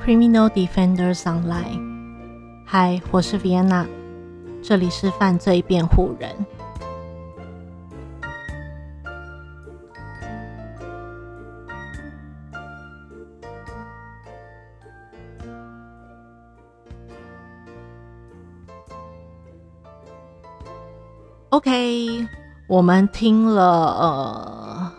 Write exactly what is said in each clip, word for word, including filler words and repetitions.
Criminal Defenders Online。 嗨，我是 Vienna， 这里是犯罪辩护人。OK， 我们听了呃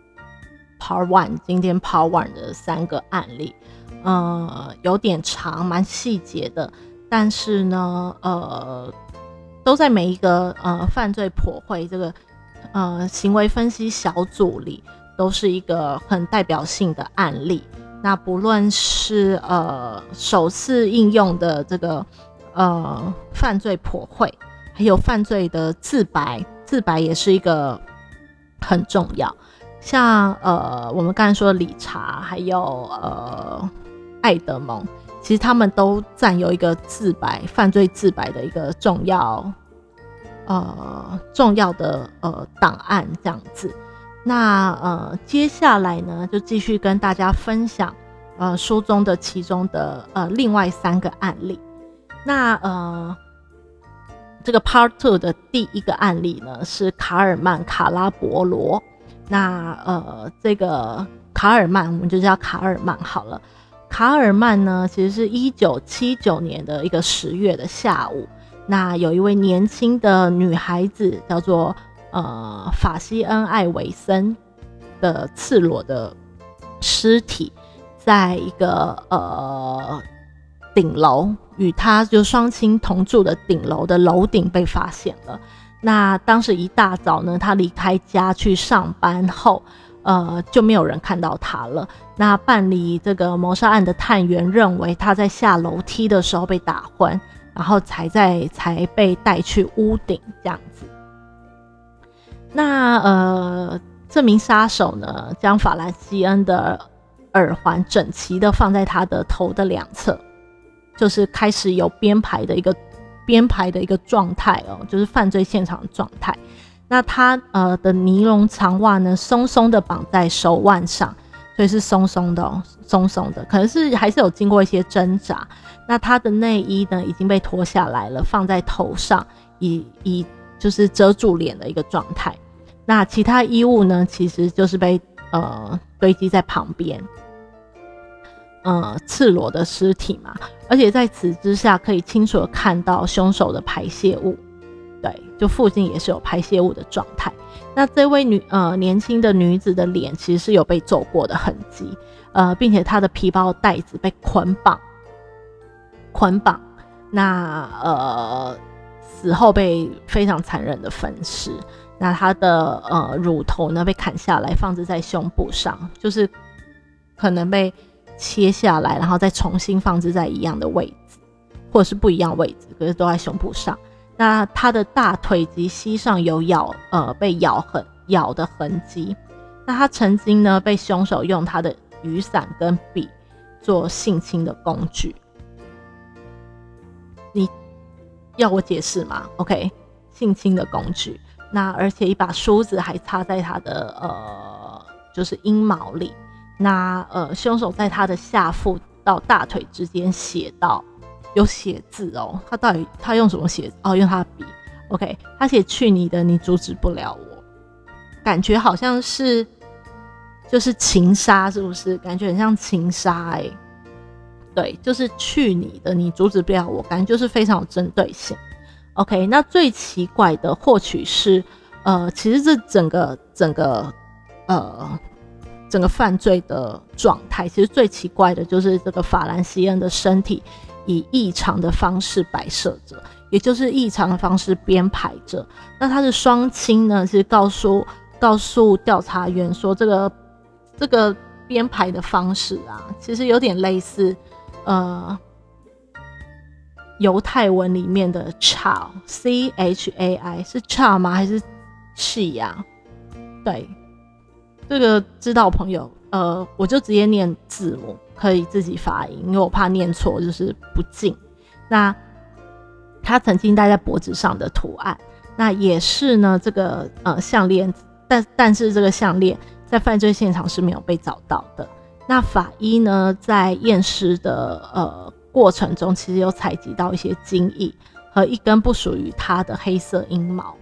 Part One， 今天 Part One 的三个案例，呃，有点长，蛮细节的，但是呢，呃，都在每一个呃犯罪剖绘这个呃行为分析小组里，都是一个很代表性的案例。那不论是呃首次应用的这个呃犯罪剖绘，还有犯罪的自白，自白也是一个很重要。像呃，我们刚才说的理查，还有呃艾德蒙，其实他们都占有一个自白、犯罪自白的一个重要呃重要的呃档案这样子。那呃接下来呢，就继续跟大家分享呃书中的其中的呃另外三个案例。那呃。这个 Part 二 的第一个案例呢，是卡尔曼卡拉伯罗。那呃，这个卡尔曼我们就叫卡尔曼好了。卡尔曼呢，其实是一九七九年的一个十月的下午，那有一位年轻的女孩子叫做呃法西恩艾维森的赤裸的尸体，在一个呃顶楼，与他就双亲同住的顶楼的楼顶被发现了。那当时一大早呢，他离开家去上班后，呃，就没有人看到他了。那办理这个谋杀案的探员认为他在下楼梯的时候被打昏，然后才在才被带去屋顶这样子。那呃，这名杀手呢，将法兰西恩的耳环整齐的放在他的头的两侧。就是开始有编排的一个编排的一个状态哦，就是犯罪现场的状态。那他呃的尼龙长袜呢，松松的绑在手腕上，所以是松松的哦，松松的，可能是还是有经过一些挣扎。那他的内衣呢已经被脱下来了，放在头上，以以就是遮住脸的一个状态。那其他衣物呢，其实就是被呃堆积在旁边。呃，赤裸的尸体嘛，而且在此之下可以清楚的看到凶手的排泄物，对，就附近也是有排泄物的状态。那这位女呃年轻的女子的脸其实是有被揍过的痕迹，呃，并且她的皮包带子被捆绑，捆绑，那呃死后被非常残忍的分尸。那她的呃乳头呢被砍下来，放置在胸部上，就是可能被切下来，然后再重新放置在一样的位置，或者是不一样的位置，可是都在胸部上。那他的大腿及膝上有咬呃被咬痕咬的痕迹。那他曾经呢被凶手用他的雨伞跟笔做性侵的工具。你要我解释吗 ？OK， 性侵的工具。那而且一把梳子还插在他的呃就是阴毛里。那呃，凶手在他的下腹到大腿之间写到有写字哦，他到底他用什么写？哦，用他的笔。OK， 他写去你的，你阻止不了我，感觉好像是就是情杀，是不是？感觉很像情杀哎、欸。对，就是去你的，你阻止不了我，感觉就是非常有针对性。OK， 那最奇怪的或许是呃，其实这整个整个呃。整个犯罪的状态，其实最奇怪的就是这个法兰西恩的身体以异常的方式摆设着，也就是异常的方式编排着。那他的双亲呢，其实告诉告诉调查员说，这个这个编排的方式啊，其实有点类似呃犹太文里面的 chai C H A I 是 chai 吗？还是 chi 呀？对。这个知道朋友，呃，我就直接念字母，可以自己发音，因为我怕念错，就是不敬。那他曾经戴在脖子上的图案，那也是呢，这个呃项链，但但是这个项链在犯罪现场是没有被找到的。 那法医呢在验尸的呃过程中，其实有采集到一些精液和一根不属于他的黑色阴毛。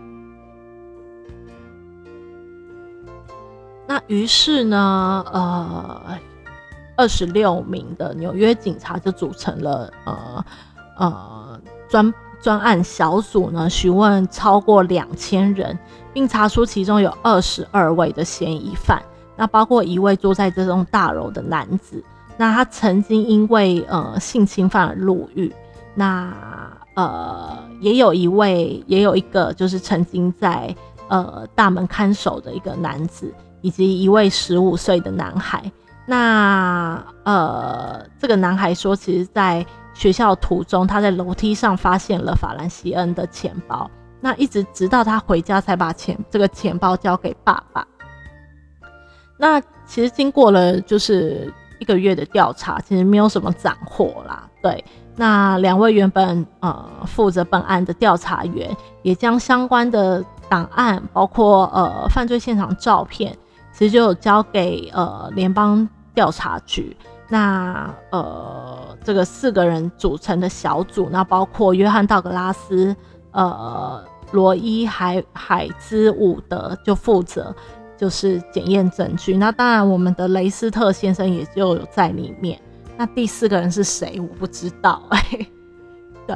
那于是呢，呃，二十六名的纽约警察就组成了呃呃专专案小组呢，询问超过两千人，并查出其中有二十二位的嫌疑犯。那包括一位住在这栋大楼的男子，那他曾经因为呃性侵犯而入狱。那呃也有一位，也有一个就是曾经在呃大门看守的一个男子，以及一位十五岁的男孩。那呃这个男孩说，其实在学校途中，他在楼梯上发现了法兰西恩的钱包，那一直直到他回家才把钱这个钱包交给爸爸。那其实经过了就是一个月的调查，其实没有什么斩获啦。对，那两位原本呃负责本案的调查员也将相关的档案，包括呃犯罪现场照片，其实就有交给呃联邦调查局。那呃这个四个人组成的小组，那包括约翰道格拉斯、呃罗伊海海兹伍德就负责就是检验证据。那当然我们的雷斯特先生也就有在里面。那第四个人是谁我不知道对，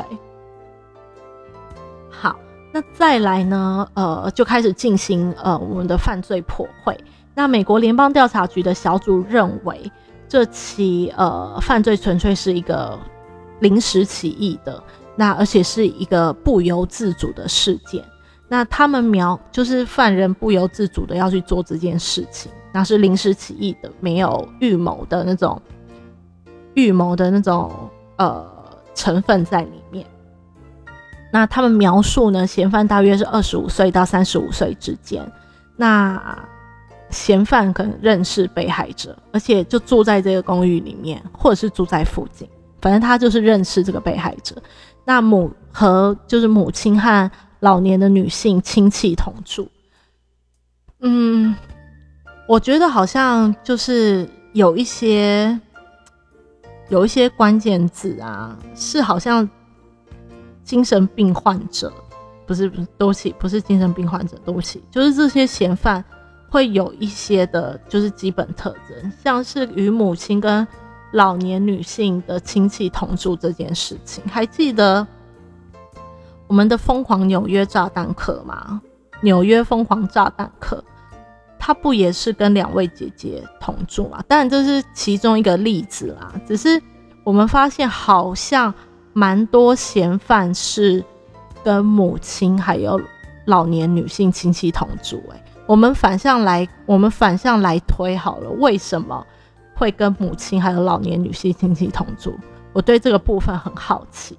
好，那再来呢呃就开始进行呃我们的犯罪破获。那美国联邦调查局的小组认为这起呃犯罪纯粹是一个临时起意的，那而且是一个不由自主的事件。那他们描就是犯人不由自主的要去做这件事情，那是临时起意的，没有预谋的那种预谋的那种呃成分在里面。那他们描述呢，嫌犯大约是二十五岁到三十五岁之间。那嫌犯可能认识被害者，而且就住在这个公寓里面，或者是住在附近，反正他就是认识这个被害者。那母和就是母亲和老年的女性亲戚同住。嗯，我觉得好像就是有一些有一些关键字啊，是好像精神病患者，不是不是对不起，不是精神病患者，对不起，就是这些嫌犯会有一些的就是基本特征，像是与母亲跟老年女性的亲戚同住这件事情。还记得我们的疯狂纽约炸弹客吗？纽约疯狂炸弹客他不也是跟两位姐姐同住吗？当然这是其中一个例子啦，只是我们发现好像蛮多嫌犯是跟母亲还有老年女性亲戚同住。欸我们反向来我们反向来推好了，为什么会跟母亲还有老年女性亲戚同住？我对这个部分很好奇。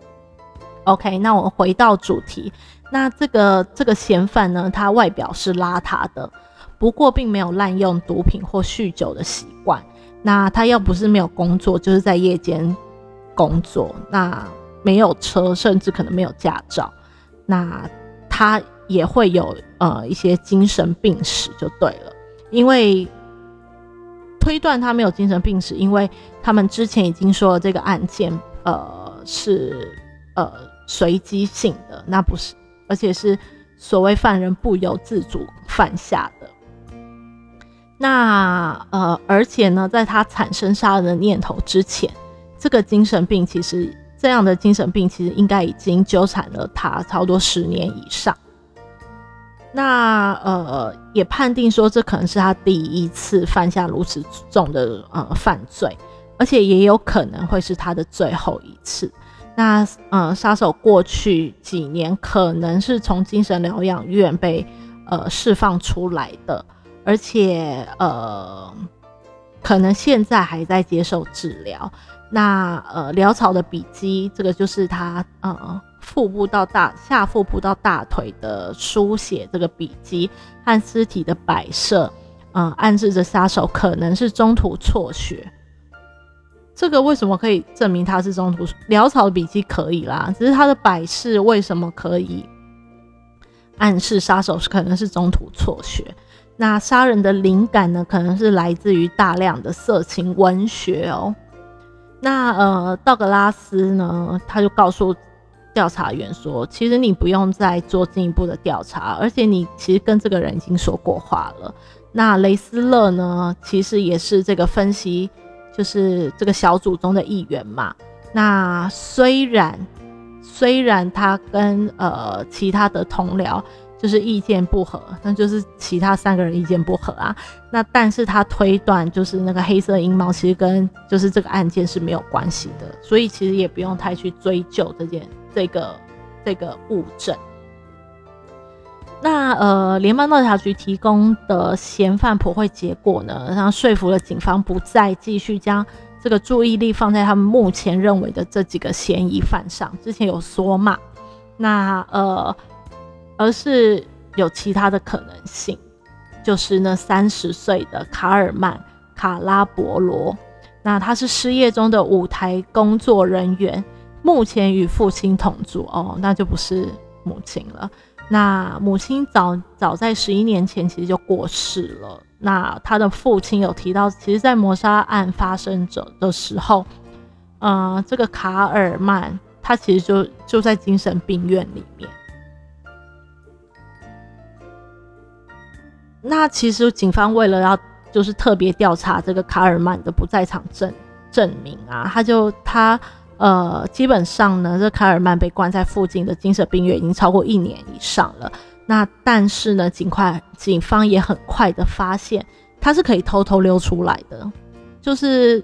OK， 那我回到主题。那这个这个嫌犯呢，他外表是邋遢的，不过并没有滥用毒品或酗酒的习惯。那他要不是没有工作，就是在夜间工作，那没有车，甚至可能没有驾照。那他也会有呃一些精神病史就对了，因为推断他没有精神病史，因为他们之前已经说了这个案件呃是呃随机性的，那不是，而且是所谓犯人不由自主犯下的。那呃而且呢，在他产生杀人的念头之前，这个精神病其实这样的精神病其实应该已经纠缠了他差不多十年以上。那呃也判定说这可能是他第一次犯下如此重的呃犯罪，而且也有可能会是他的最后一次。那呃杀手过去几年可能是从精神疗养院被呃释放出来的，而且呃可能现在还在接受治疗。那呃潦草的笔迹，这个就是他呃腹部到大下腹部到大腿的书写，这个笔迹和尸体的摆设，呃暗示着杀手可能是中途辍学。这个为什么可以证明他是中途？潦草的笔迹可以啦，只是他的摆饰为什么可以暗示杀手可能是中途辍学？ 那杀人的灵感呢，可能是来自于大量的色情文学哦。那呃，道格拉斯呢，他就告诉调查员说，其实你不用再做进一步的调查，而且你其实跟这个人已经说过话了。那雷斯勒呢，其实也是这个分析，就是这个小组中的一员嘛。那虽然虽然他跟呃其他的同僚就是意见不合，那就是其他三个人意见不合啊。那但是他推断就是那个黑色阴谋其实跟就是这个案件是没有关系的，所以其实也不用太去追究这件这个这个物证。那呃，联邦调查局提供的嫌犯普惠结果呢，让说服了警方不再继续将这个注意力放在他们目前认为的这几个嫌疑犯上，之前有说嘛，那呃，而是有其他的可能性，就是那三十岁的卡尔曼·卡拉伯罗，那他是失业中的舞台工作人员，目前与父亲同住哦，那就不是母亲了。那母亲早早在十一年前其实就过世了。那他的父亲有提到，其实在谋杀案发生者的时候，呃，这个卡尔曼他其实就就在精神病院里面。那其实警方为了要就是特别调查这个卡尔曼的不在场证证明啊，他就他呃基本上呢，这卡尔曼被关在附近的精神病院已经超过一年以上了。那但是呢，警快警方也很快的发现他是可以偷偷溜出来的，就是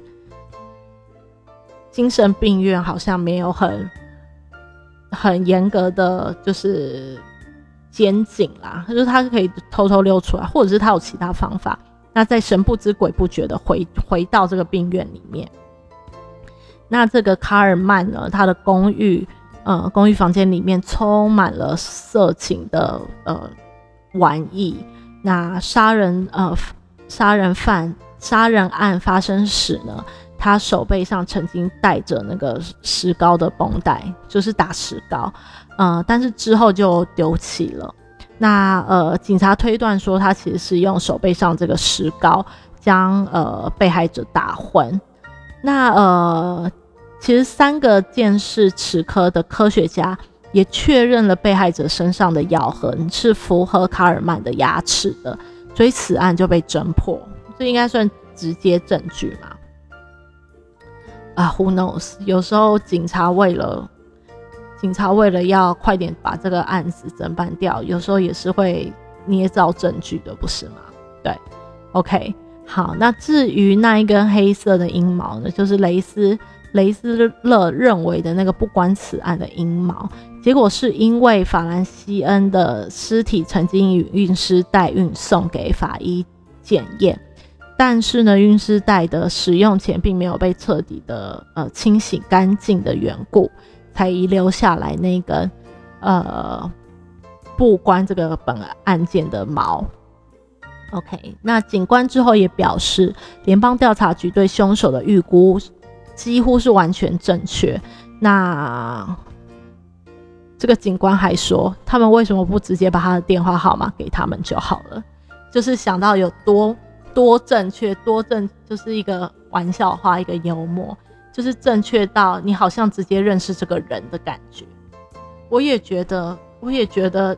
精神病院好像没有很很严格的就是监禁啦，就是他可以偷偷溜出来，或者是他有其他方法，那在神不知鬼不觉的回回到这个病院里面。那这个卡尔曼呢，他的公寓呃公寓房间里面充满了色情的呃玩意。那杀人呃杀人犯杀人案发生时呢，他手背上曾经带着那个石膏的绷带，就是打石膏，呃，但是之后就丢弃了。那呃，警察推断说，他其实是用手背上这个石膏将呃被害者打昏。那呃，其实三个鉴识齿科的科学家也确认了被害者身上的咬痕是符合卡尔曼的牙齿的，所以此案就被侦破，这应该算直接证据嘛？啊 ，Who knows？ 有时候警察为了警察为了要快点把这个案子侦办掉，有时候也是会捏造证据的，不是吗？对 ，OK， 好，那至于那一根黑色的阴毛呢，就是雷斯雷斯勒认为的那个不关此案的阴毛，结果是因为法兰西恩的尸体曾经与运尸袋运送给法医检验。但是呢，运尸袋的使用前并没有被彻底的呃清洗干净的缘故，才遗留下来那根呃不关这个本案件的毛。OK， 那警官之后也表示，联邦调查局对凶手的预估几乎是完全正确。那这个警官还说，他们为什么不直接把他的电话号码给他们就好了？就是想到有多。多正确，多正就是一个玩笑话，一个幽默，就是正确到你好像直接认识这个人的感觉。我也觉得，我也觉得，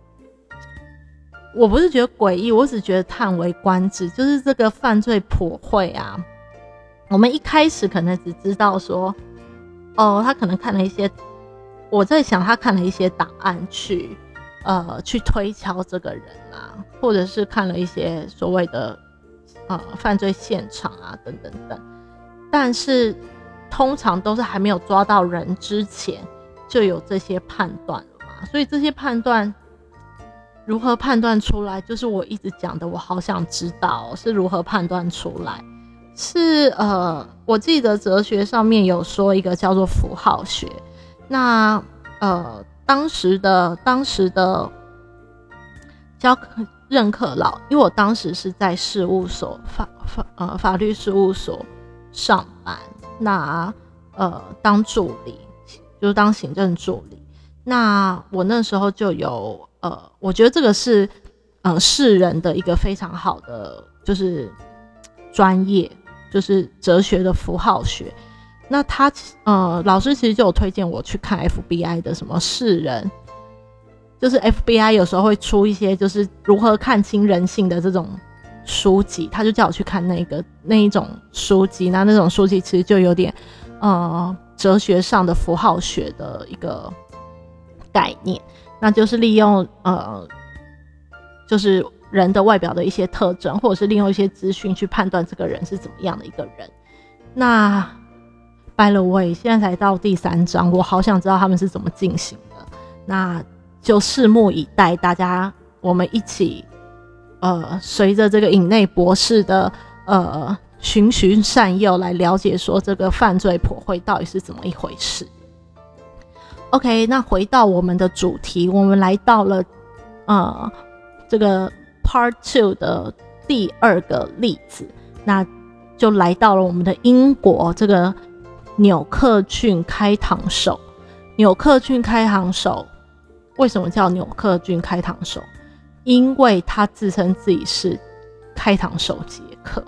我不是觉得诡异，我只觉得叹为观止。就是这个犯罪普惠啊，我们一开始可能只知道说，哦，他可能看了一些，我在想他看了一些档案去，呃，去推敲这个人啊，或者是看了一些所谓的。呃，犯罪现场啊，等等等，但是通常都是还没有抓到人之前就有这些判断了嘛，所以这些判断如何判断出来，就是我一直讲的，我好想知道、哦、是如何判断出来。是呃，我记得哲学上面有说一个叫做符号学，那呃，当时的当时的教任课老，因为我当时是在事务所法法呃法律事务所上班，那呃当助理，就是当行政助理。那我那时候就有呃，我觉得这个是呃世人的一个非常好的就是专业，就是哲学的符号学。那他呃老师其实就有推荐我去看 F B I 的什么世人，就是 F B I 有时候会出一些就是如何看清人性的这种书籍，他就叫我去看那个那一种书籍。那那种书籍其实就有点呃哲学上的符号学的一个概念，那就是利用呃就是人的外表的一些特征，或者是利用一些资讯去判断这个人是怎么样的一个人。那 by the way 现在才到第三章，我好想知道他们是怎么进行的，那就拭目以待，大家我们一起呃随着这个尹内博士的呃循循善诱来了解说这个犯罪剖绘到底是怎么一回事。 OK， 那回到我们的主题，我们来到了呃这个 Part 二 的第二个例子，那就来到了我们的英国这个纽克郡开膛手。纽克郡开膛手为什么叫纽克郡开膛手？因为他自称自己是开膛手杰克。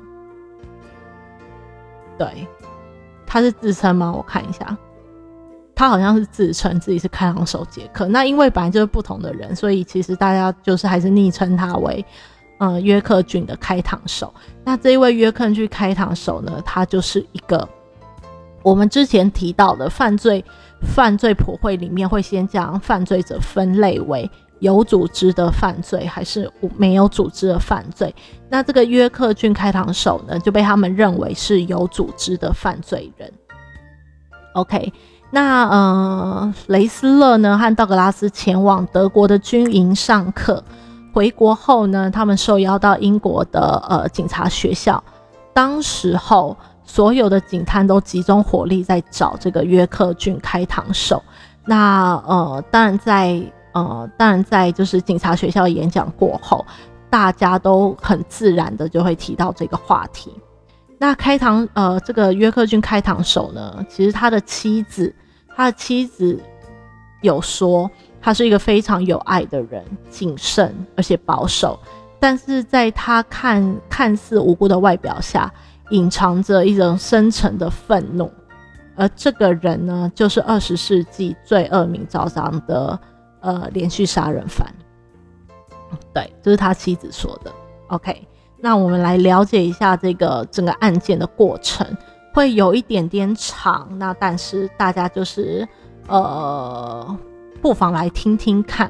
对，他是自称吗？我看一下，他好像是自称自己是开膛手杰克。那因为本来就是不同的人，所以其实大家就是还是昵称他为呃约克郡的开膛手。那这一位约克郡开膛手呢，他就是一个我们之前提到的犯罪犯罪剖绘里面会先将犯罪者分类为有组织的犯罪还是没有组织的犯罪。那这个约克郡开膛手呢，就被他们认为是有组织的犯罪人。 OK， 那呃，雷斯勒呢和道格拉斯前往德国的军营上课，回国后呢，他们受邀到英国的呃警察学校。当时候所有的警探都集中火力在找这个约克郡开膛手。那呃，当然在呃，当然在就是警察学校演讲过后，大家都很自然的就会提到这个话题。那开膛呃，这个约克郡开膛手呢，其实他的妻子，他的妻子有说他是一个非常有爱的人，谨慎而且保守，但是在他看看似无辜的外表下，隐藏着一种深沉的愤怒。而这个人呢，就是二十世纪最恶名昭彰的呃连续杀人犯。对，这是他妻子说的。 OK， 那我们来了解一下这个整个案件的过程，会有一点点长，那但是大家就是呃不妨来听听看。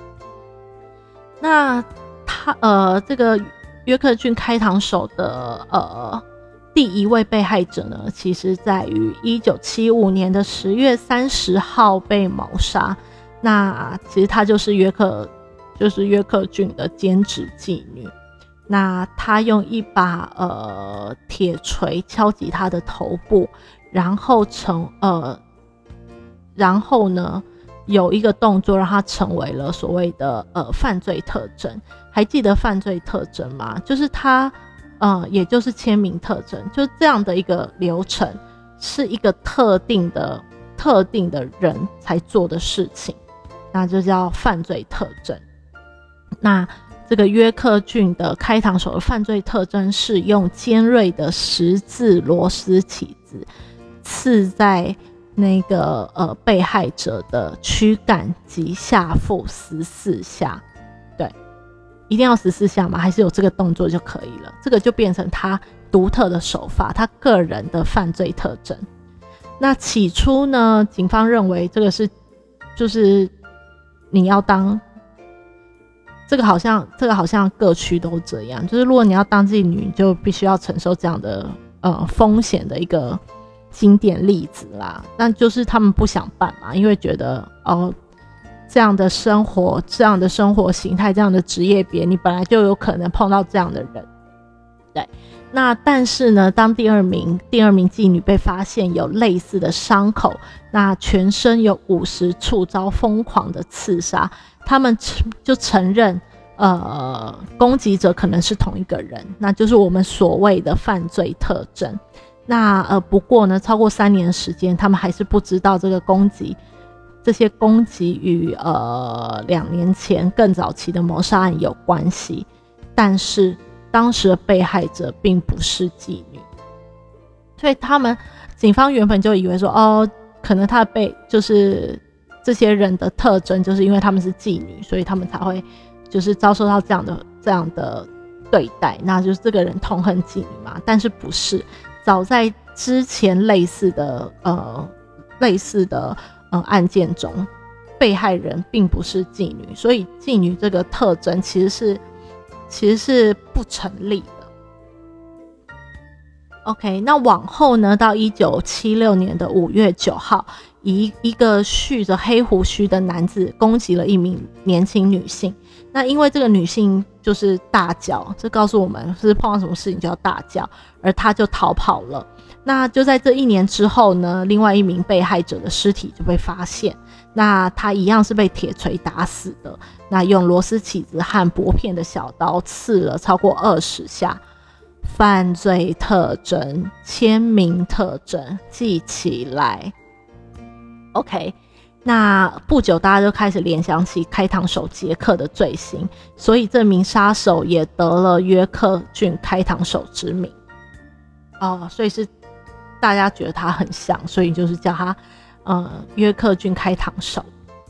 那他呃这个约克郡开膛手的呃第一位被害者呢，其实在于一九七五年的十月三十号被谋杀。那其实她就是约克就是约克郡的兼职妓女。那她用一把呃铁锤敲击她的头部，然后成呃然后呢有一个动作让她成为了所谓的呃犯罪特征。还记得犯罪特征吗？就是她呃也就是签名特征，就这样的一个流程，是一个特定的特定的人才做的事情，那就叫犯罪特征。那这个约克郡的开膛手的犯罪特征是用尖锐的十字螺丝起子刺在那个呃被害者的躯干及下腹十四下。对，一定要十四下吗？还是有这个动作就可以了？这个就变成他独特的手法，他个人的犯罪特征。那起初呢，警方认为这个是就是你要当这个好像这个好像各区都这样，就是如果你要当妓女，你就必须要承受这样的呃风险的一个经典例子啦。但就是他们不想办嘛，因为觉得哦这样的生活这样的生活形态这样的职业别，你本来就有可能碰到这样的人。对，那但是呢，当第二名第二名妓女被发现有类似的伤口，那全身有五十处遭疯狂的刺杀，他们就承认呃，攻击者可能是同一个人，那就是我们所谓的犯罪特征。那呃，不过呢，超过三年的时间，他们还是不知道这个攻击这些攻击与呃两年前更早期的谋杀案有关系，但是当时的被害者并不是妓女，所以他们警方原本就以为说，哦，可能他被就是这些人的特征，就是因为他们是妓女，所以他们才会就是遭受到这样的这样的对待，那就是这个人痛恨妓女嘛？但是不是，早在之前类似的呃类似的呃案件中，被害人并不是妓女，所以妓女这个特征其实是其实是不成立的。OK， 那往后呢，到一九七六年的五月九号，一一个蓄着黑胡须的男子攻击了一名年轻女性。那因为这个女性就是大叫，这告诉我们是碰到什么事情就要大叫，而她就逃跑了。那就在这一年之后呢，另外一名被害者的尸体就被发现，那他一样是被铁锤打死的，那用螺丝起子和薄片的小刀刺了超过二十下。犯罪特征、签名特征记起来。 OK， 那不久大家就开始联想起开膛手杰克的罪行，所以这名杀手也得了约克郡开膛手之名。哦，所以是大家觉得他很像，所以就是叫他呃约克郡开膛手。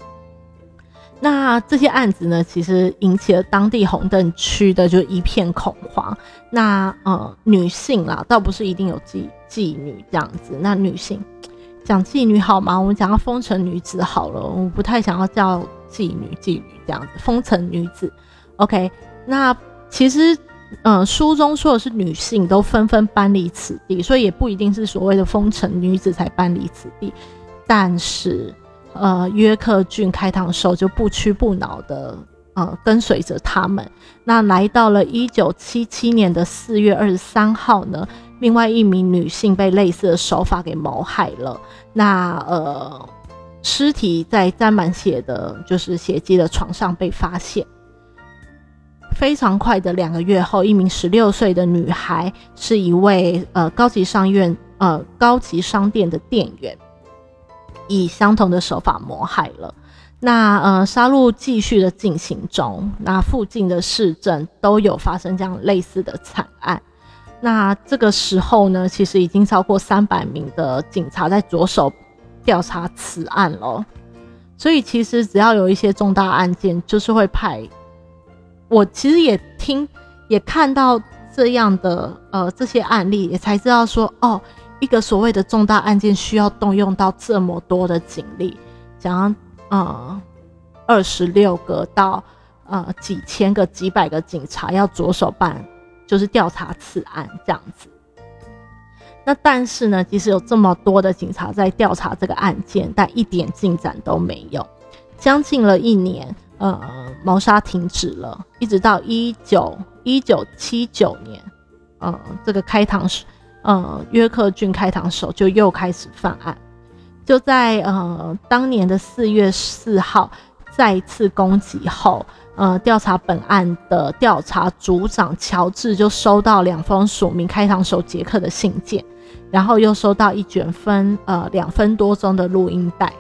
那这些案子呢，其实引起了当地红灯区的就一片恐慌。那呃女性啦，倒不是一定有妓妓女这样子。那女性讲妓女好吗？我们讲到风尘女子好了，我不太想要叫妓女妓女这样子，风尘女子。OK， 那其实呃书中说的是女性都纷纷搬离此地，所以也不一定是所谓的风尘女子才搬离此地，但是呃，约克郡开膛手就不屈不挠的呃跟随着他们。那来到了一九七七年的四月二十三号呢，另外一名女性被类似的手法给谋害了。那呃，尸体在沾满血的，就是血迹的床上被发现。非常快的两个月后，一名十六岁的女孩是一位呃高级商院呃高级商店的店员，以相同的手法谋害了。那呃，杀戮继续的进行中，那附近的市镇都有发生这样类似的惨案。那这个时候呢，其实已经超过三百名的警察在着手调查此案了。所以其实只要有一些重大案件，就是会派。我其实也听也看到这样的呃这些案例，也才知道说哦。一个所谓的重大案件需要动用到这么多的警力，讲呃二十六个到呃几千个、几百个警察要着手办，就是调查此案这样子。那但是呢，即使有这么多的警察在调查这个案件，但一点进展都没有。将近了一年，呃，谋杀停止了，一直到一九一九七九年，呃，这个开膛手。呃，约克郡开膛手就又开始犯案，就在呃当年的四月四号再次攻击后，呃，调查本案的调查组长乔治就收到两封署名开膛手杰克的信件，然后又收到一卷分呃两分多钟的录音带。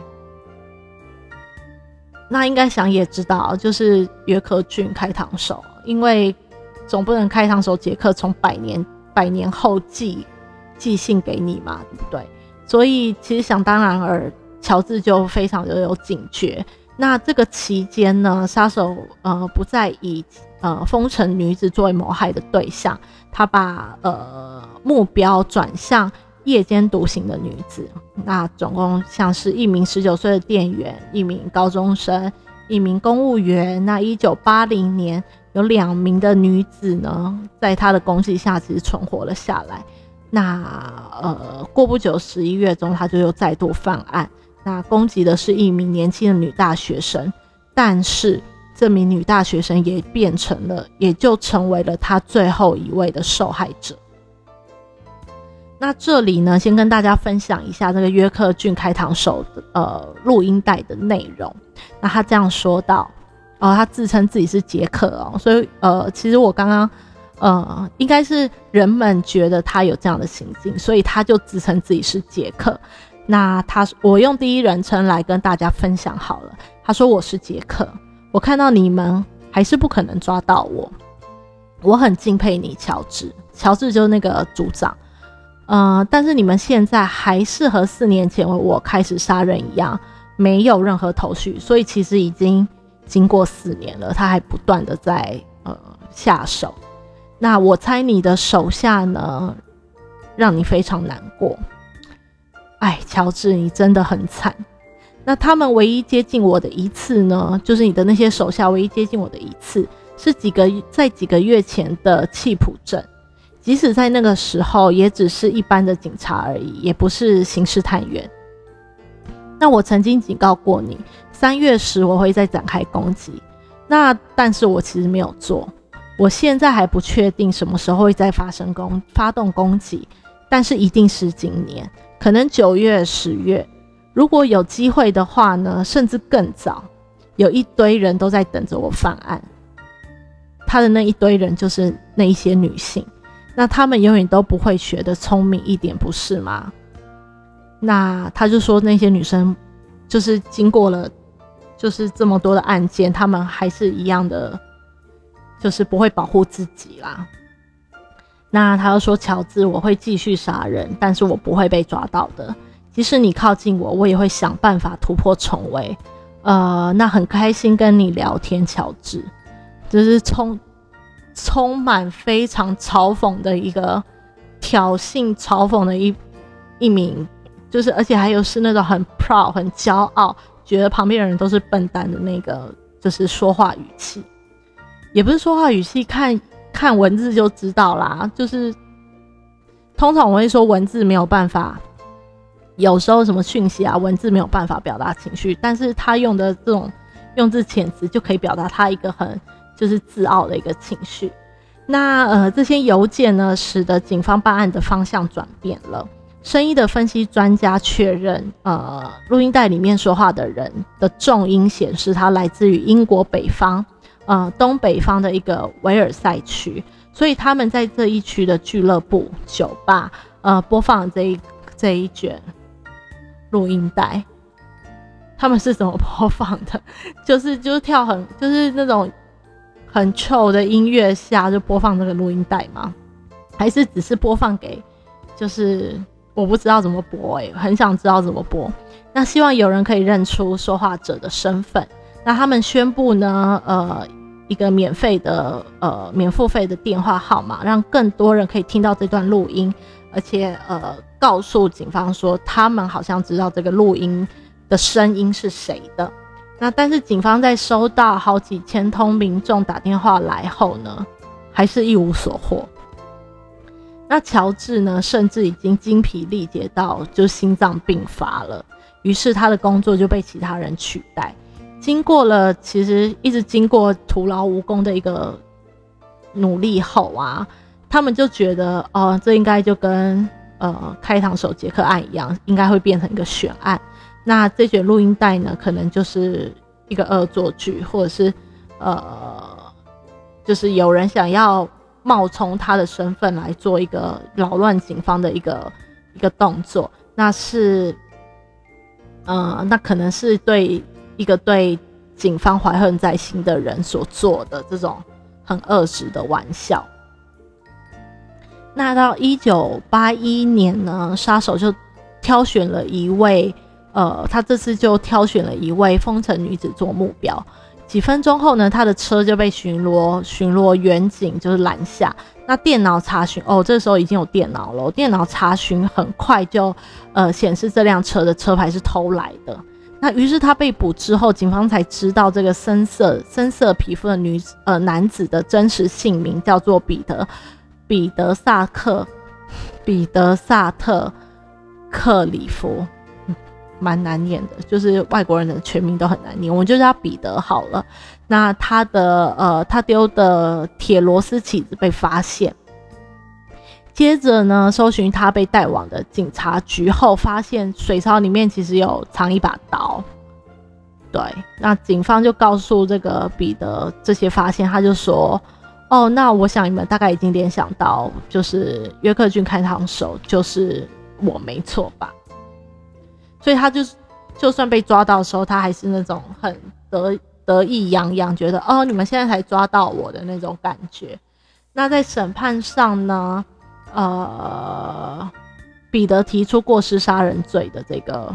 那应该想也知道，就是约克郡开膛手，因为总不能开膛手杰克从百年。百年后寄寄信给你嘛，对不对？所以其实想当然尔，乔治就非常的有警觉。那这个期间呢，杀手呃不再以呃风尘女子作为谋害的对象，他把呃目标转向夜间独行的女子。那总共像是一名十九岁的店员，一名高中生，一名公务员。那一九八零年。有两名的女子呢，在他的攻击下其实存活了下来。那呃，过不久十一月中，他就又再度犯案。那攻击的是一名年轻的女大学生，但是这名女大学生也变成了，也就成为了他最后一位的受害者。那这里呢，先跟大家分享一下这个约克郡开膛手的呃录音带的内容。那他这样说道。哦，他自称自己是杰克哦，所以呃，其实我刚刚呃，应该是人们觉得他有这样的行径，所以他就自称自己是杰克。 那他我用第一人称来跟大家分享好了。他说我是杰克，我看到你们还是不可能抓到我，我很敬佩你乔治，乔治就是那个组长，呃，但是你们现在还是和四年前我开始杀人一样，没有任何头绪，所以其实已经经过四年了，他还不断的在呃下手。那我猜你的手下呢，让你非常难过。哎，乔治，你真的很惨。那他们唯一接近我的一次呢，就是你的那些手下唯一接近我的一次，是几个在几个月前的契普镇。即使在那个时候，也只是一般的警察而已，也不是刑事探员。那我曾经警告过你，三月时我会再展开攻击。那但是我其实没有做。我现在还不确定什么时候会再发生攻发动攻击，但是一定是今年，可能九月、十月。如果有机会的话呢，甚至更早，有一堆人都在等着我犯案。他的那一堆人就是那一些女性，那他们永远都不会学得聪明一点，不是吗？那他就说那些女生就是经过了就是这么多的案件，他们还是一样的就是不会保护自己啦。那他又说乔治，我会继续杀人，但是我不会被抓到的，即使你靠近我，我也会想办法突破重围。呃，那很开心跟你聊天，乔治，就是充充满非常嘲讽的一个挑衅嘲讽的一一名，就是而且还有是那种很 proud 很骄傲，觉得旁边的人都是笨蛋的那个，就是说话语气，也不是说话语气，看看文字就知道啦。就是通常我会说文字没有办法，有时候什么讯息啊，文字没有办法表达情绪，但是他用的这种用字遣词就可以表达他一个很就是自傲的一个情绪。那呃，这些邮件呢，使得警方办案的方向转变了。声音的分析专家确认，呃，录音带里面说话的人的重音显示他来自于英国北方，呃，东北方的一个维尔塞区，所以他们在这一区的俱乐部、酒吧，呃，播放这一这一卷录音带。他们是怎么播放的？就是就是跳很就是那种很 chill 的音乐下就播放这个录音带吗？还是只是播放给就是我不知道怎么播欸，很想知道怎么播。那希望有人可以认出说话者的身份。那他们宣布呢，呃，一个免费的呃免付费的电话号码，让更多人可以听到这段录音，而且呃告诉警方说他们好像知道这个录音的声音是谁的。那但是警方在收到好几千通民众打电话来后呢，还是一无所获。那乔治呢，甚至已经精疲力竭到就心脏病发了，于是他的工作就被其他人取代。经过了其实一直经过徒劳无功的一个努力后啊，他们就觉得哦，这应该就跟呃开膛手杰克案一样，应该会变成一个悬案。那这卷录音带呢，可能就是一个恶作剧，或者是呃，就是有人想要冒充他的身份来做一个扰乱警方的一个一个动作，那是呃，那可能是对一个对警方怀恨在心的人所做的这种很恶质的玩笑。那到一九八一年呢，杀手就挑选了一位呃，他这次就挑选了一位风尘女子做目标。几分钟后呢，他的车就被巡逻巡逻员警就是拦下。那电脑查询哦，这时候已经有电脑了，电脑查询很快就呃显示这辆车的车牌是偷来的。那于是他被捕之后，警方才知道这个深色深色皮肤的女呃男子的真实姓名叫做彼得彼得萨克彼得萨特克里夫。蛮难念的，就是外国人的全名都很难念，我们就叫彼得好了。那他的呃，他丢的铁螺丝起子被发现，接着呢，搜寻他被带往的警察局后，发现水槽里面其实有藏一把刀。对，那警方就告诉这个彼得这些发现，他就说：“哦，那我想你们大概已经联想到，就是约克郡开膛手就是我，没错吧？” 所以他就是就算被抓到的时候，他还是那种很得得意洋洋，觉得哦，你们现在才抓到我的那种感觉。那在审判上呢，呃，彼得提出过失杀人罪的这个，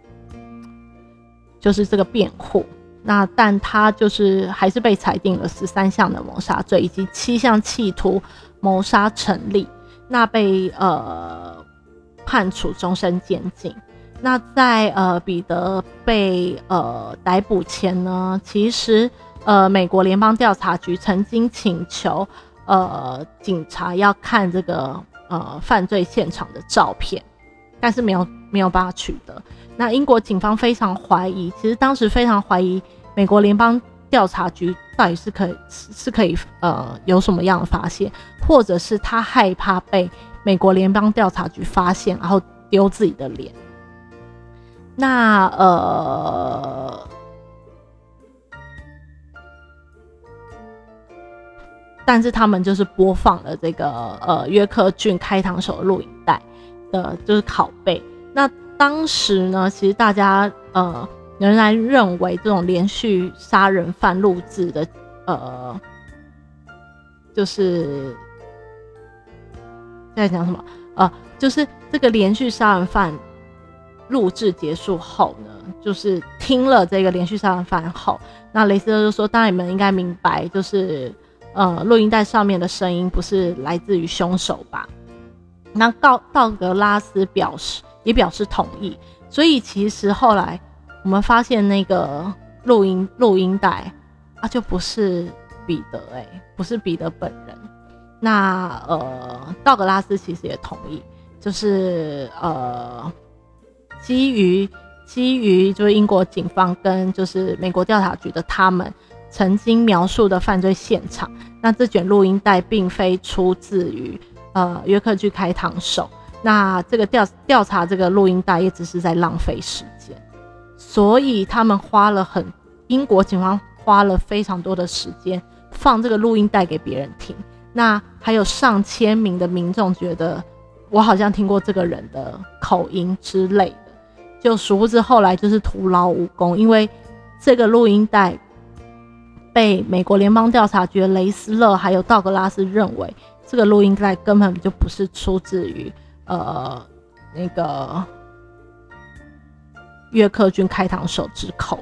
就是这个辩护。那但他就是还是被裁定了十三项的谋杀罪，以及七项企图谋杀成立。那被呃判处终身监禁。那在呃彼得被呃逮捕前呢，其实呃美国联邦调查局曾经请求呃警察要看这个呃犯罪现场的照片，但是没有没有办法取得。那英国警方非常怀疑，其实当时非常怀疑美国联邦调查局到底是可以是可以呃有什么样的发现，或者是他害怕被美国联邦调查局发现，然后丢自己的脸。那呃，但是他们就是播放了这个呃约克郡开膛手的录影带的，就是拷贝。那当时呢，其实大家呃仍然认为这种连续杀人犯录制的呃，就是在讲什么？呃，就是这个连续杀人犯录制结束后呢，就是听了这个连续杀人犯后，那雷斯特就说：“当然你们应该明白，就是呃，录音带上面的声音不是来自于凶手吧？”那道道格拉斯表示也表示同意，所以其实后来我们发现那个录音录音带啊，就不是彼得哎、欸，不是彼得本人。那呃，道格拉斯其实也同意，就是呃。基于基于就是英国警方跟就是美国调查局的他们曾经描述的犯罪现场，那这卷录音带并非出自于呃约克郡开膛手，那这个调调查这个录音带也只是在浪费时间，所以他们花了很英国警方花了非常多的时间放这个录音带给别人听，那还有上千名的民众觉得我好像听过这个人的口音之类的。就殊不知后来就是徒劳无功，因为这个录音带被美国联邦调查局的雷斯勒还有道格拉斯认为这个录音带根本就不是出自于呃那个约克郡开膛手之口。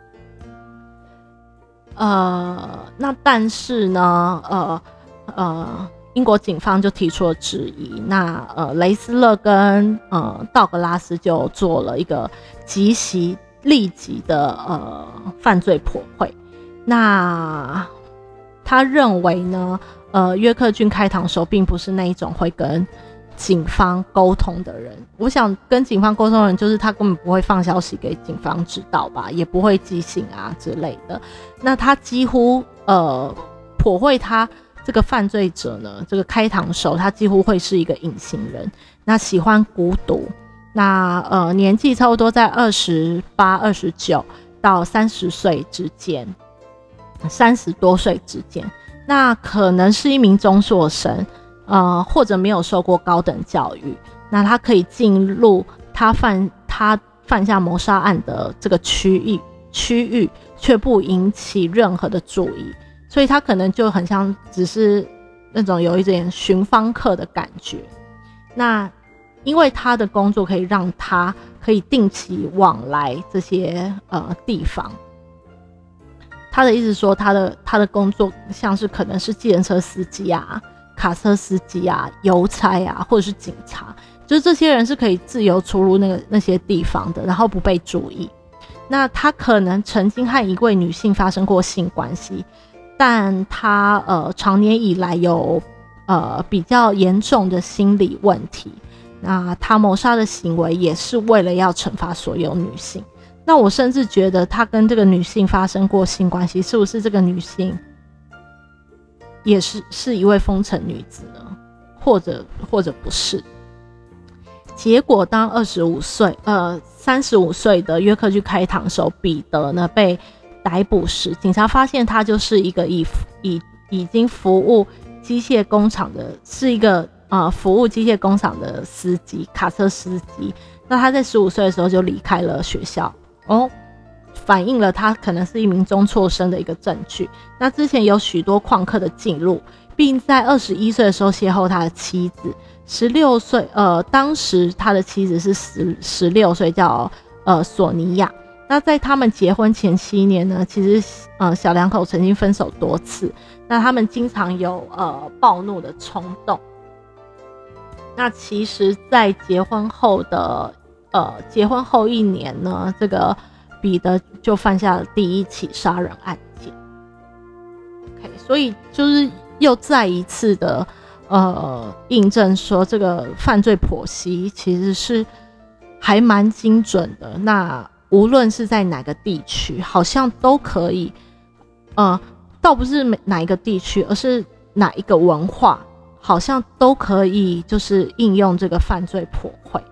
呃，那但是呢，呃呃。英国警方就提出了质疑，那呃雷斯勒跟呃道格拉斯就做了一个即席立即的呃犯罪破坏。那他认为呢，呃约克郡开膛手并不是那一种会跟警方沟通的人。我想跟警方沟通的人，就是他根本不会放消息给警方知道吧，也不会寄信啊之类的。那他几乎呃破坏他。这个犯罪者呢，这个开膛手他几乎会是一个隐形人，那喜欢孤独，那呃年纪差不多在二十八、二十九到三十岁之间，三十多岁之间，那可能是一名中辍生，呃或者没有受过高等教育，那他可以进入他犯他犯下谋杀案的这个区域区域，却不引起任何的注意。所以他可能就很像只是那种有一点寻芳客的感觉。那因为他的工作可以让他可以定期往来这些呃地方，他的意思说他的他的工作像是可能是计程车司机啊、卡车司机啊、邮差啊，或者是警察，就是这些人是可以自由出入那个那些地方的，然后不被注意。那他可能曾经和一位女性发生过性关系。但他呃长年以来有呃比较严重的心理问题，那他谋杀的行为也是为了要惩罚所有女性。那我甚至觉得他跟这个女性发生过性关系，是不是这个女性也是是一位风尘女子呢？或者或者不是？结果当二十五岁呃三十五岁的约克郡开膛手彼得呢被逮捕时，警察发现他就是一个已已已经服务机械工厂的，是一个呃服务机械工厂的司机，卡车司机。那那他在十五岁的时候就离开了学校哦，反映了他可能是一名中辍生的一个证据。那之前有许多旷课的记录，并在二十一岁的时候邂逅他的妻子。十六岁，呃，当时他的妻子是十十六岁，叫呃索尼娅。那在他们结婚前七年呢，其实呃小两口曾经分手多次。那他们经常有呃暴怒的冲动。那其实，在结婚后的呃结婚后一年呢，这个彼得就犯下了第一起杀人案件。OK， 所以就是又再一次的呃印证说，这个犯罪剖析其实是还蛮精准的。那无论是在哪个地区，好像都可以，呃，倒不是哪一个地区，而是哪一个文化，好像都可以就是应用这个犯罪剖绘。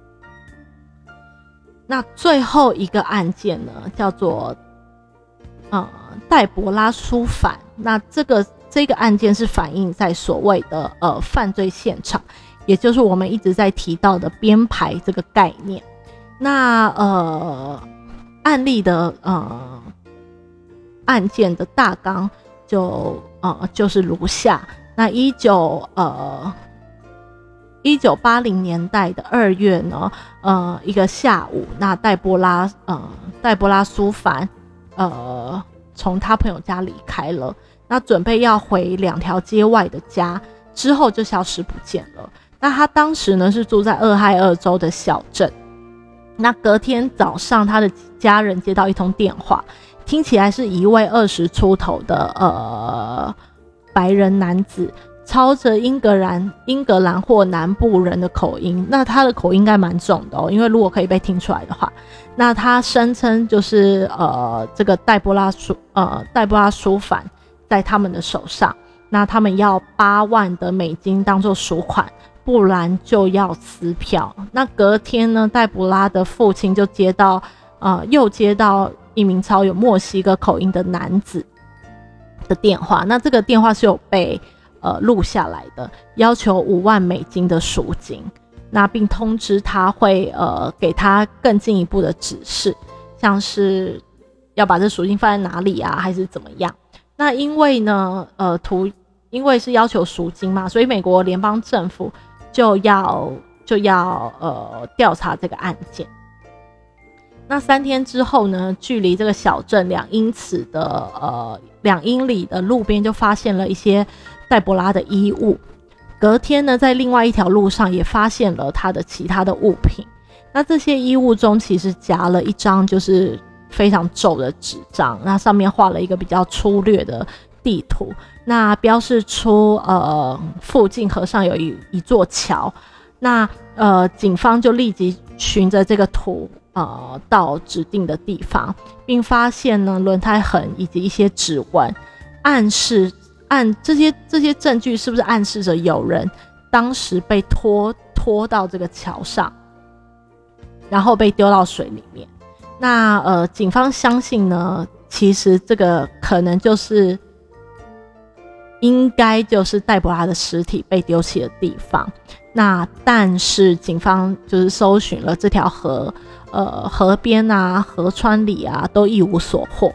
那最后一个案件呢，叫做呃黛博拉书反。那这个这个案件是反映在所谓的呃犯罪现场，也就是我们一直在提到的编排这个概念。那呃，案例的呃案件的大纲就呃就是如下。那一九呃一九八零年代的二月呢，呃一个下午，那黛波拉呃黛波拉苏凡呃从他朋友家离开了，那准备要回两条街外的家，之后就消失不见了。那他当时呢是住在俄亥俄州的小镇。那隔天早上，他的家人接到一通电话，听起来是一位二十出头的呃白人男子，操着英格兰英格兰或南部人的口音。那他的口音应该蛮重的哦，因为如果可以被听出来的话，那他声称就是呃这个黛波拉书呃黛波拉书反在他们的手上，那他们要八万的美金当做赎款，不然就要撕票。那隔天呢，黛博拉的父亲就接到呃又接到一名操有墨西哥口音的男子的电话。那这个电话是有被呃录下来的，要求五万美金的赎金，那并通知他会呃给他更进一步的指示，像是要把这赎金放在哪里啊，还是怎么样。那因为呢呃图因为是要求赎金嘛，所以美国联邦政府就要就要呃调查这个案件。那三天之后呢，距离这个小镇两英尺的呃两英里的路边就发现了一些黛博拉的衣物。隔天呢，在另外一条路上也发现了他的其他的物品。那这些衣物中其实夹了一张就是非常皱的纸张，那上面画了一个比较粗略的地图，那标示出呃附近河上有一一座桥。那呃警方就立即循着这个图呃到指定的地方，并发现呢轮胎痕以及一些指纹，暗示按这些这些证据是不是暗示着有人当时被拖拖到这个桥上，然后被丢到水里面。那呃警方相信呢，其实这个可能就是应该就是黛博拉的尸体被丢弃的地方。那但是警方就是搜寻了这条河呃河边啊河川里啊都一无所获。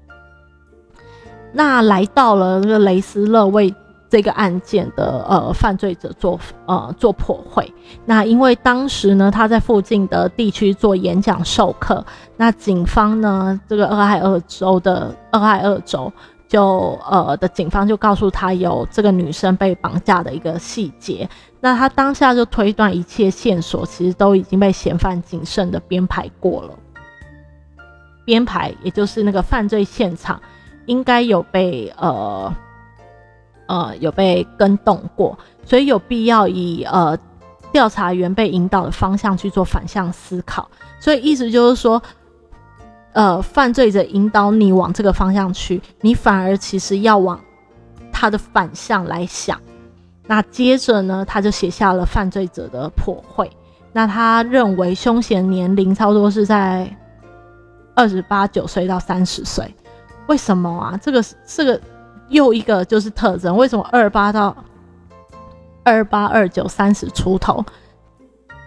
那来到了那个雷斯勒为这个案件的呃犯罪者做呃做剖绘。那因为当时呢他在附近的地区做演讲授课，那警方呢这个俄亥俄州的俄亥俄州就呃的警方就告诉他有这个女生被绑架的一个细节。那他当下就推断一切线索其实都已经被嫌犯谨慎的编排过了。编排也就是那个犯罪现场应该有被呃呃有被跟动过，所以有必要以呃调查员被引导的方向去做反向思考。所以意思就是说呃犯罪者引导你往这个方向去，你反而其实要往他的反向来想。那接着呢他就写下了犯罪者的剖绘。那他认为凶嫌年龄差不多是在二十八九岁到三十岁。为什么啊？这个这个又一个就是特征，为什么二十八到二十八、二十九、三十出头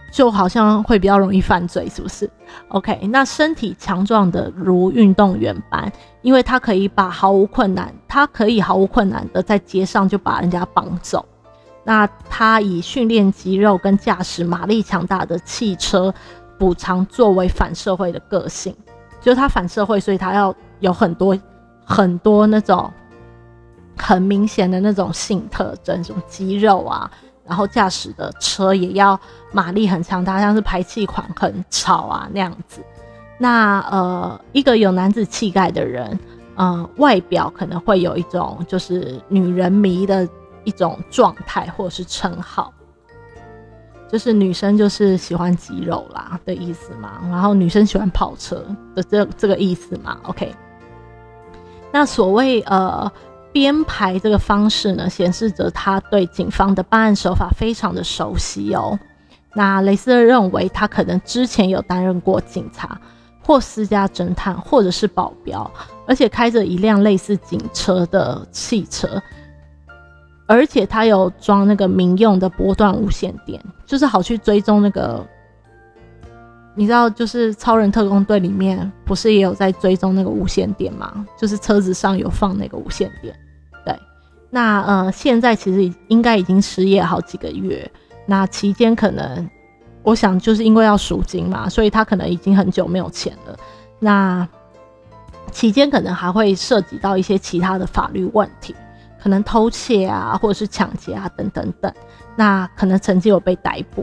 就好像会比较容易犯罪，是不是 ？OK， 那身体强壮的如运动员般，因为他可以把毫无困难，他可以毫无困难的在街上就把人家绑走。那他以训练肌肉跟驾驶马力强大的汽车补偿作为反社会的个性，就是他反社会，所以他要有很多很多那种很明显的那种性特征，什么肌肉啊。然后驾驶的车也要马力很强大，像是排气管很吵啊那样子。那呃，一个有男子气概的人，呃，外表可能会有一种就是女人迷的一种状态或者是称号，就是女生就是喜欢肌肉啦的意思嘛，然后女生喜欢跑车的这这个意思嘛。OK， 那所谓呃。编排这个方式呢，显示着他对警方的办案手法非常的熟悉哦。那雷斯特认为他可能之前有担任过警察或私家侦探或者是保镖，而且开着一辆类似警车的汽车，而且他有装那个民用的波段无线电，就是好去追踪那个，你知道就是超人特工队里面不是也有在追踪那个无线电吗？就是车子上有放那个无线电。对，那呃，现在其实应该已经失业好几个月，那期间可能我想就是因为要赎金嘛，所以他可能已经很久没有钱了。那期间可能还会涉及到一些其他的法律问题，可能偷窃啊，或者是抢劫啊等等等。那可能曾经有被逮捕。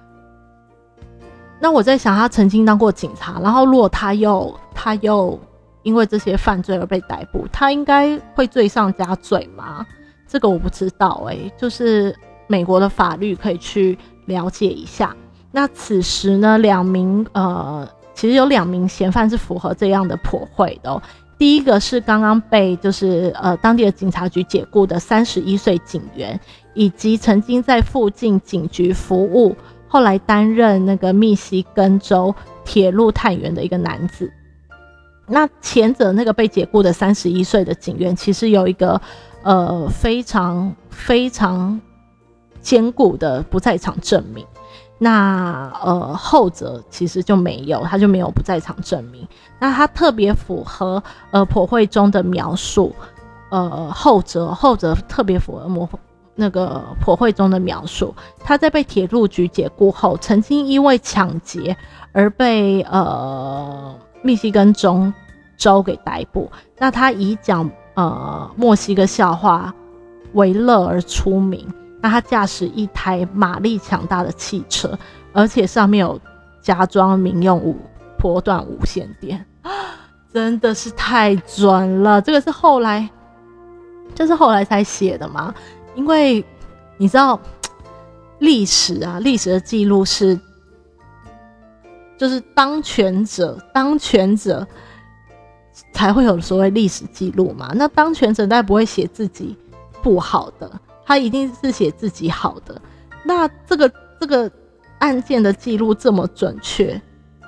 那我在想，他曾经当过警察，然后如果他又他又因为这些犯罪而被逮捕，他应该会罪上加罪吗？这个我不知道欸，就是美国的法律可以去了解一下。那此时呢，两名呃，其实有两名嫌犯是符合这样的颇会的哦。第一个是刚刚被就是呃当地的警察局解雇的三十一岁警员，以及曾经在附近警局服务，后来担任那个密西根州铁路探员的一个男子。那前者那个被解雇的三十一岁的警员，其实有一个呃非常非常坚固的不在场证明。那呃后者其实就没有，他就没有不在场证明。那他特别符合呃颇会中的描述，呃后者后者特别符合模那个颇会中的描述。他在被铁路局解雇后，曾经因为抢劫而被呃密西根州州给逮捕。那他以讲呃墨西哥笑话为乐而出名。那他驾驶一台马力强大的汽车，而且上面有加装民用无波段无线电，真的是太准了。这个是后来就是后来才写的嘛，因为你知道历史啊，历史的记录是就是当权者当权者才会有所谓历史记录嘛。那当权者当然不会写自己不好的，他一定是写自己好的。那这个这个案件的记录这么准确，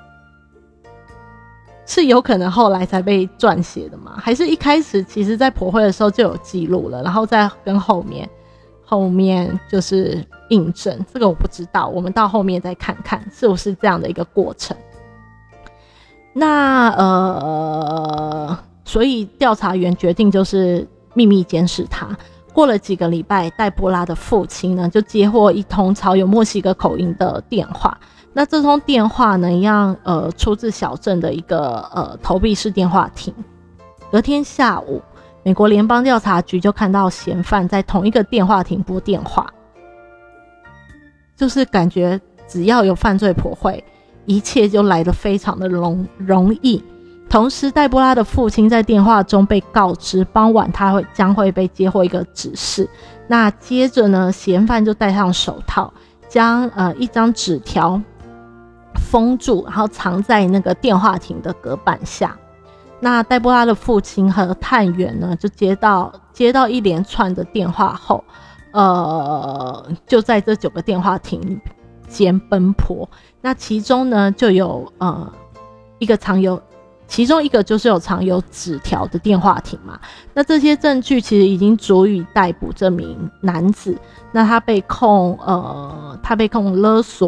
是有可能后来才被撰写的吗？还是一开始其实在颇会的时候就有记录了，然后再跟后面后面就是印证？这个我不知道，我们到后面再看看是不是这样的一个过程。那呃，所以调查员决定就是秘密监视他。过了几个礼拜，黛波拉的父亲呢就接获一通操有墨西哥口音的电话。那这通电话呢一样呃出自小镇的一个呃投币式电话亭。隔天下午，美国联邦调查局就看到嫌犯在同一个电话亭拨电话，就是感觉只要有犯罪颇会，一切就来得非常的容容易。同时，黛波拉的父亲在电话中被告知，傍晚他会将会被接获一个指示。那接着呢，嫌犯就戴上手套，将呃一张纸条封住，然后藏在那个电话亭的隔板下。那黛波拉的父亲和探员呢，就接到接到一连串的电话后，呃，就在这九个电话亭间奔波。那其中呢，就有呃一个藏有。其中一个就是有藏有纸条的电话亭嘛。那这些证据其实已经足以逮捕这名男子。那他被控呃他被控勒索，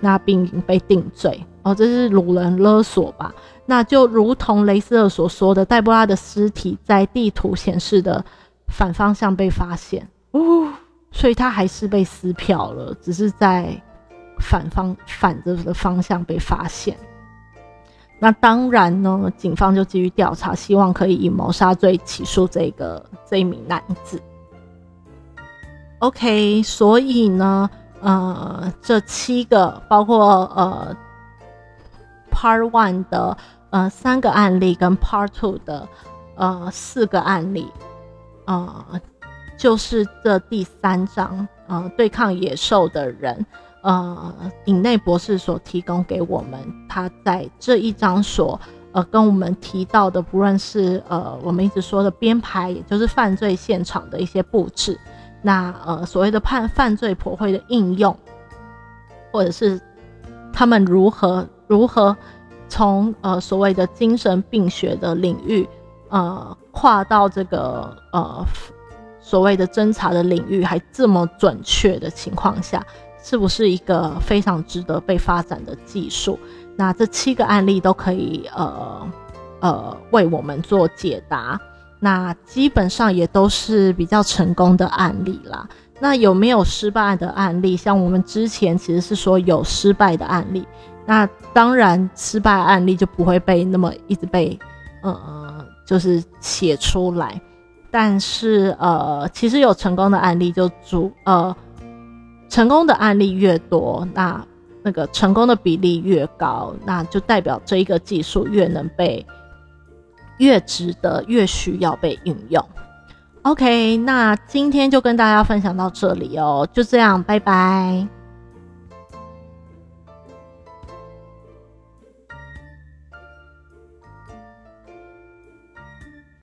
那并被定罪。哦，这是掳人勒索吧？那就如同雷斯尔所说的，黛波拉的尸体在地图显示的反方向被发现，哦，所以他还是被撕票了，只是在反方反着的方向被发现。那当然呢，警方就继续调查，希望可以以谋杀罪起诉这个这一名男子。OK， 所以呢，呃，这七个包括呃 Part One 的呃三个案例跟 Part Two 的呃四个案例，呃，就是这第三章呃对抗野兽的人，呃，尹内博士所提供给我们，他在这一章所呃跟我们提到的，不论是呃我们一直说的编排，也就是犯罪现场的一些布置。那呃，所谓的犯犯罪破坏的应用，或者是他们如何如何从呃所谓的精神病学的领域，呃，跨到这个呃所谓的侦查的领域，还这么准确的情况下，是不是一个非常值得被发展的技术？那这七个案例都可以呃呃为我们做解答。那基本上也都是比较成功的案例啦。那有没有失败的案例？像我们之前其实是说有失败的案例，那当然失败的案例就不会被那么一直被呃就是写出来。但是呃其实有成功的案例就主呃成功的案例越多，那那个成功的比例越高，那就代表这一个技术越能被越值得越需要被运用。 OK， 那今天就跟大家分享到这里哦，就这样，拜拜。